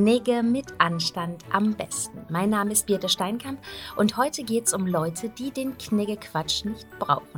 Knigge mit Anstand am besten. Mein Name ist Birte Steinkamp und heute geht es um Leute, die den Knigge-Quatsch nicht brauchen.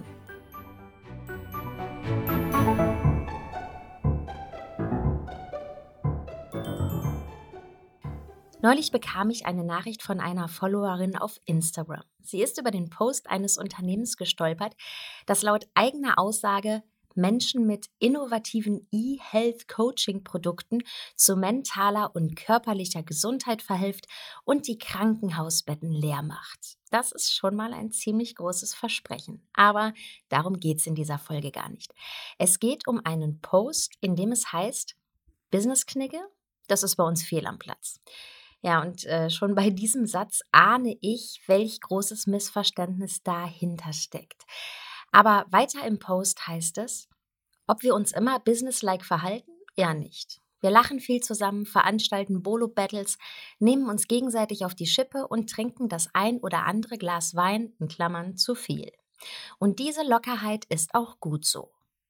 Neulich bekam ich eine Nachricht von einer Followerin auf Instagram. Sie ist über den Post eines Unternehmens gestolpert, das laut eigener Aussage Menschen mit innovativen E-Health-Coaching-Produkten zu mentaler und körperlicher Gesundheit verhilft und die Krankenhausbetten leer macht. Das ist schon mal ein ziemlich großes Versprechen. Aber darum geht es in dieser Folge gar nicht. Es geht um einen Post, in dem es heißt, Business-Knigge, das ist bei uns fehl am Platz. Ja, und schon bei diesem Satz ahne ich, welch großes Missverständnis dahinter steckt. Aber weiter im Post heißt es, ob wir uns immer businesslike verhalten? Ja, nicht. Wir lachen viel zusammen, veranstalten Bolo-Battles, nehmen uns gegenseitig auf die Schippe und trinken das ein oder andere Glas Wein, in Klammern, zu viel. Und diese Lockerheit ist auch gut so.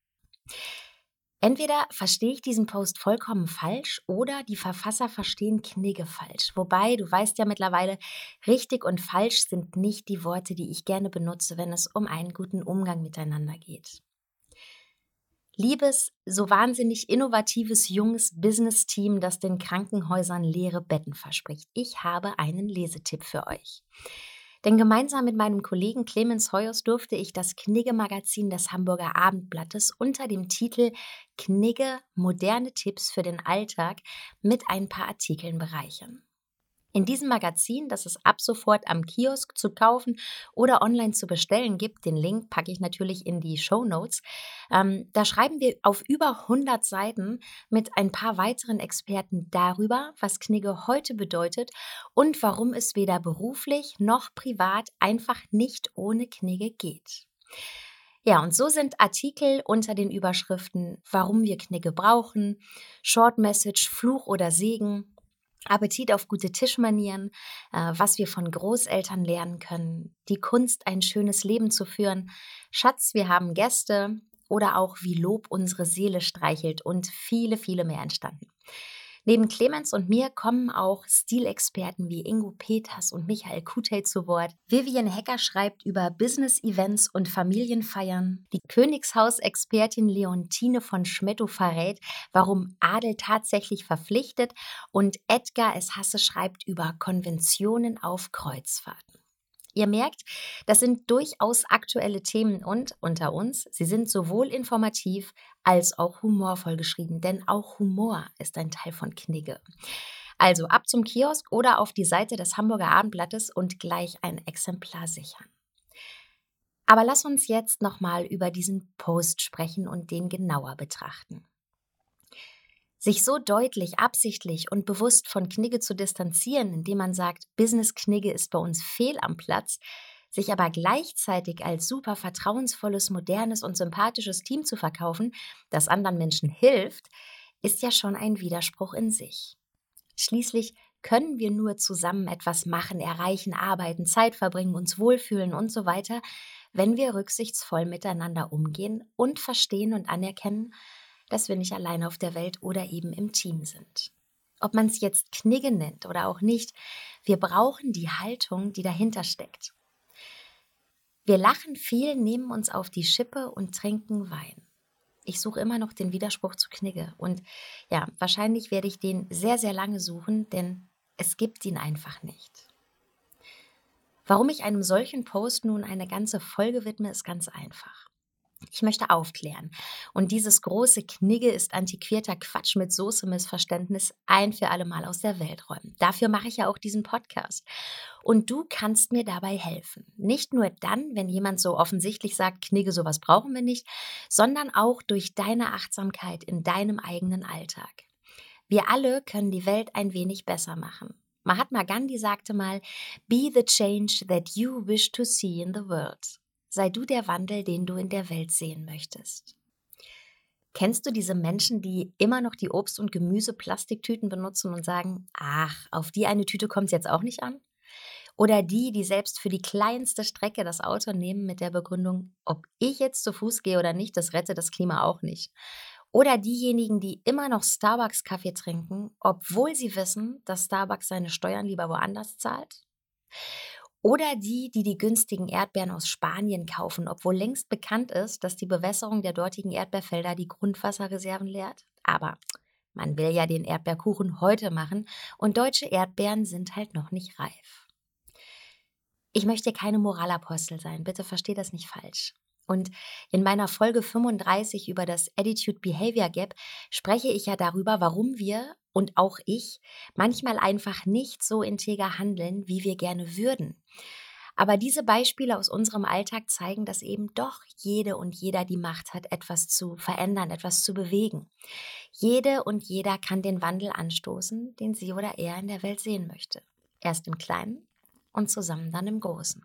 Entweder verstehe ich diesen Post vollkommen falsch oder die Verfasser verstehen Knigge falsch. Wobei, du weißt ja mittlerweile, richtig und falsch sind nicht die Worte, die ich gerne benutze, wenn es um einen guten Umgang miteinander geht. Liebes, so wahnsinnig innovatives, junges Business-Team, das den Krankenhäusern leere Betten verspricht. Ich habe einen Lesetipp für euch. Denn gemeinsam mit meinem Kollegen Clemens Hoyos durfte ich das Knigge-Magazin des Hamburger Abendblattes unter dem Titel Knigge – moderne Tipps für den Alltag mit ein paar Artikeln bereichern. In diesem Magazin, das es ab sofort am Kiosk zu kaufen oder online zu bestellen gibt, den Link packe ich natürlich in die Shownotes, da schreiben wir auf über 100 Seiten mit ein paar weiteren Experten darüber, was Knigge heute bedeutet und warum es weder beruflich noch privat einfach nicht ohne Knigge geht. Ja, und so sind Artikel unter den Überschriften Warum wir Knigge brauchen, Short Message, Fluch oder Segen, Appetit auf gute Tischmanieren, was wir von Großeltern lernen können, die Kunst, ein schönes Leben zu führen, Schatz, wir haben Gäste oder auch wie Lob unsere Seele streichelt und viele, viele mehr entstanden. Neben Clemens und mir kommen auch Stilexperten wie Ingo Peters und Michael Kutel zu Wort. Vivian Hecker schreibt über Business-Events und Familienfeiern. Die Königshaus-Expertin Leontine von Schmettow verrät, warum Adel tatsächlich verpflichtet. Und Edgar S. Hasse schreibt über Konventionen auf Kreuzfahrten. Ihr merkt, das sind durchaus aktuelle Themen und unter uns, sie sind sowohl informativ als auch humorvoll geschrieben, denn auch Humor ist ein Teil von Knigge. Also ab zum Kiosk oder auf die Seite des Hamburger Abendblattes und gleich ein Exemplar sichern. Aber lass uns jetzt nochmal über diesen Post sprechen und den genauer betrachten. Sich so deutlich, absichtlich und bewusst von Knigge zu distanzieren, indem man sagt, Business-Knigge ist bei uns fehl am Platz, sich aber gleichzeitig als super vertrauensvolles, modernes und sympathisches Team zu verkaufen, das anderen Menschen hilft, ist ja schon ein Widerspruch in sich. Schließlich können wir nur zusammen etwas machen, erreichen, arbeiten, Zeit verbringen, uns wohlfühlen und so weiter, wenn wir rücksichtsvoll miteinander umgehen und verstehen und anerkennen, dass wir nicht alleine auf der Welt oder eben im Team sind. Ob man es jetzt Knigge nennt oder auch nicht, wir brauchen die Haltung, die dahinter steckt. Wir lachen viel, nehmen uns auf die Schippe und trinken Wein. Ich suche immer noch den Widerspruch zu Knigge und ja, wahrscheinlich werde ich den sehr, sehr lange suchen, denn es gibt ihn einfach nicht. Warum ich einem solchen Post nun eine ganze Folge widme, ist ganz einfach. Ich möchte aufklären. Und dieses große Knigge ist antiquierter Quatsch mit Soße-Missverständnis ein für alle Mal aus der Welt räumen. Dafür mache ich ja auch diesen Podcast. Und du kannst mir dabei helfen. Nicht nur dann, wenn jemand so offensichtlich sagt, Knigge, sowas brauchen wir nicht, sondern auch durch deine Achtsamkeit in deinem eigenen Alltag. Wir alle können die Welt ein wenig besser machen. Mahatma Gandhi sagte mal, "Be the change that you wish to see in the world." Sei du der Wandel, den du in der Welt sehen möchtest. Kennst du diese Menschen, die immer noch die Obst- und Gemüse-Plastiktüten benutzen und sagen, ach, auf die eine Tüte kommt es jetzt auch nicht an? Oder die, die selbst für die kleinste Strecke das Auto nehmen mit der Begründung, ob ich jetzt zu Fuß gehe oder nicht, das rettet das Klima auch nicht. Oder diejenigen, die immer noch Starbucks-Kaffee trinken, obwohl sie wissen, dass Starbucks seine Steuern lieber woanders zahlt? Oder die, die die günstigen Erdbeeren aus Spanien kaufen, obwohl längst bekannt ist, dass die Bewässerung der dortigen Erdbeerfelder die Grundwasserreserven leert? Aber man will ja den Erdbeerkuchen heute machen und deutsche Erdbeeren sind halt noch nicht reif. Ich möchte keine Moralapostel sein, bitte versteh das nicht falsch. Und in meiner Folge 35 über das Attitude-Behavior Gap spreche ich ja darüber, warum wir und auch ich manchmal einfach nicht so integer handeln, wie wir gerne würden. Aber diese Beispiele aus unserem Alltag zeigen, dass eben doch jede und jeder die Macht hat, etwas zu verändern, etwas zu bewegen. Jede und jeder kann den Wandel anstoßen, den sie oder er in der Welt sehen möchte. Erst im Kleinen und zusammen dann im Großen.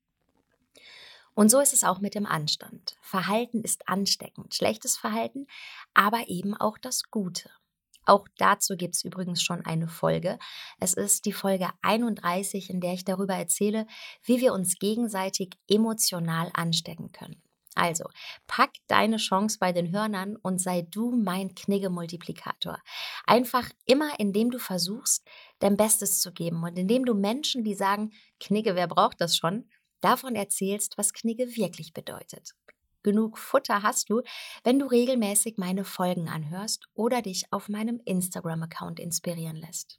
Und so ist es auch mit dem Anstand. Verhalten ist ansteckend, schlechtes Verhalten, aber eben auch das Gute. Auch dazu gibt es übrigens schon eine Folge. Es ist die Folge 31, in der ich darüber erzähle, wie wir uns gegenseitig emotional anstecken können. Also, pack deine Chance bei den Hörnern und sei du mein Knigge-Multiplikator. Einfach immer, indem du versuchst, dein Bestes zu geben und indem du Menschen, die sagen, Knigge, wer braucht das schon, davon erzählst, was Knigge wirklich bedeutet. Genug Futter hast du, wenn du regelmäßig meine Folgen anhörst oder dich auf meinem Instagram-Account inspirieren lässt.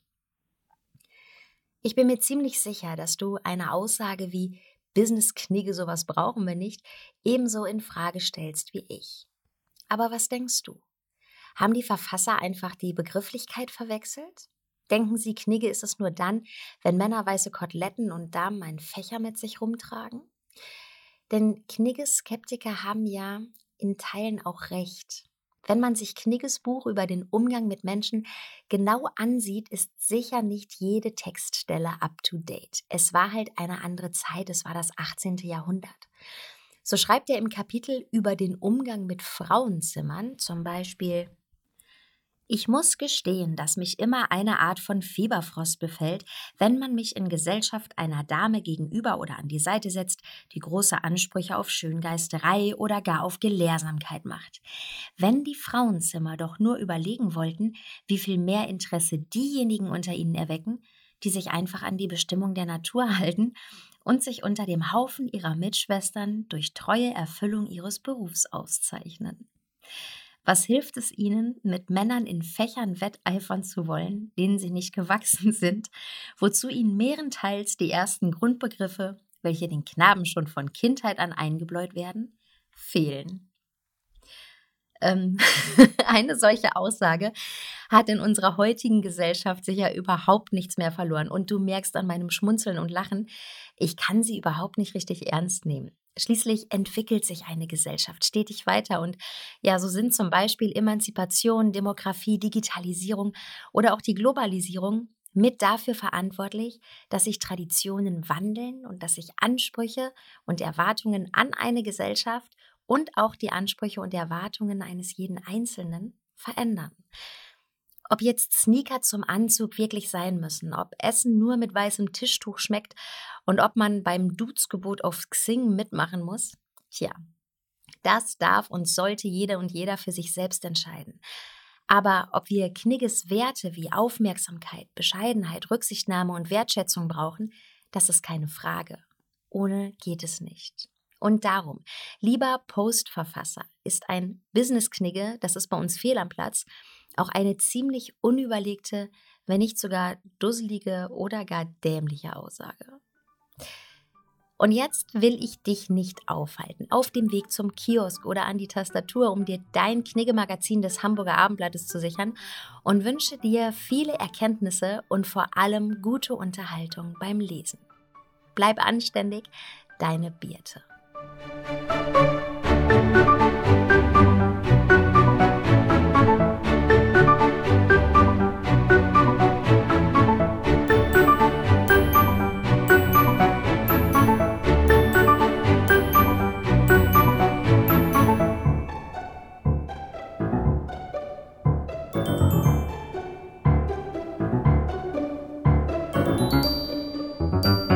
Ich bin mir ziemlich sicher, dass du eine Aussage wie Business-Knigge, sowas brauchen wir nicht, ebenso in Frage stellst wie ich. Aber was denkst du? Haben die Verfasser einfach die Begrifflichkeit verwechselt? Denken sie, Knigge ist es nur dann, wenn Männer weiße Koteletten und Damen einen Fächer mit sich rumtragen? Denn Knigge-Skeptiker haben ja in Teilen auch recht. Wenn man sich Knigges Buch über den Umgang mit Menschen genau ansieht, ist sicher nicht jede Textstelle up-to-date. Es war halt eine andere Zeit, es war das 18. Jahrhundert. So schreibt er im Kapitel über den Umgang mit Frauenzimmern zum Beispiel: Ich muss gestehen, dass mich immer eine Art von Fieberfrost befällt, wenn man mich in Gesellschaft einer Dame gegenüber oder an die Seite setzt, die große Ansprüche auf Schöngeisterei oder gar auf Gelehrsamkeit macht. Wenn die Frauenzimmer doch nur überlegen wollten, wie viel mehr Interesse diejenigen unter ihnen erwecken, die sich einfach an die Bestimmung der Natur halten und sich unter dem Haufen ihrer Mitschwestern durch treue Erfüllung ihres Berufs auszeichnen. Was hilft es ihnen, mit Männern in Fächern wetteifern zu wollen, denen sie nicht gewachsen sind, wozu ihnen mehrenteils die ersten Grundbegriffe, welche den Knaben schon von Kindheit an eingebläut werden, fehlen? Ähm, Eine solche Aussage hat in unserer heutigen Gesellschaft sicher überhaupt nichts mehr verloren. Und du merkst an meinem Schmunzeln und Lachen, ich kann sie überhaupt nicht richtig ernst nehmen. Schließlich entwickelt sich eine Gesellschaft stetig weiter und ja, so sind zum Beispiel Emanzipation, Demografie, Digitalisierung oder auch die Globalisierung mit dafür verantwortlich, dass sich Traditionen wandeln und dass sich Ansprüche und Erwartungen an eine Gesellschaft und auch die Ansprüche und Erwartungen eines jeden Einzelnen verändern. Ob jetzt Sneaker zum Anzug wirklich sein müssen, ob Essen nur mit weißem Tischtuch schmeckt und ob man beim Dudesgebot auf Xing mitmachen muss, tja, das darf und sollte jede und jeder für sich selbst entscheiden. Aber ob wir Knigges Werte wie Aufmerksamkeit, Bescheidenheit, Rücksichtnahme und Wertschätzung brauchen, das ist keine Frage. Ohne geht es nicht. Und darum, lieber Postverfasser, ist ein Business-Knigge, das ist bei uns fehl am Platz, auch eine ziemlich unüberlegte, wenn nicht sogar dusselige oder gar dämliche Aussage. Und jetzt will ich dich nicht aufhalten, auf dem Weg zum Kiosk oder an die Tastatur, um dir dein Knigge-Magazin des Hamburger Abendblattes zu sichern, und wünsche dir viele Erkenntnisse und vor allem gute Unterhaltung beim Lesen. Bleib anständig, deine Birte.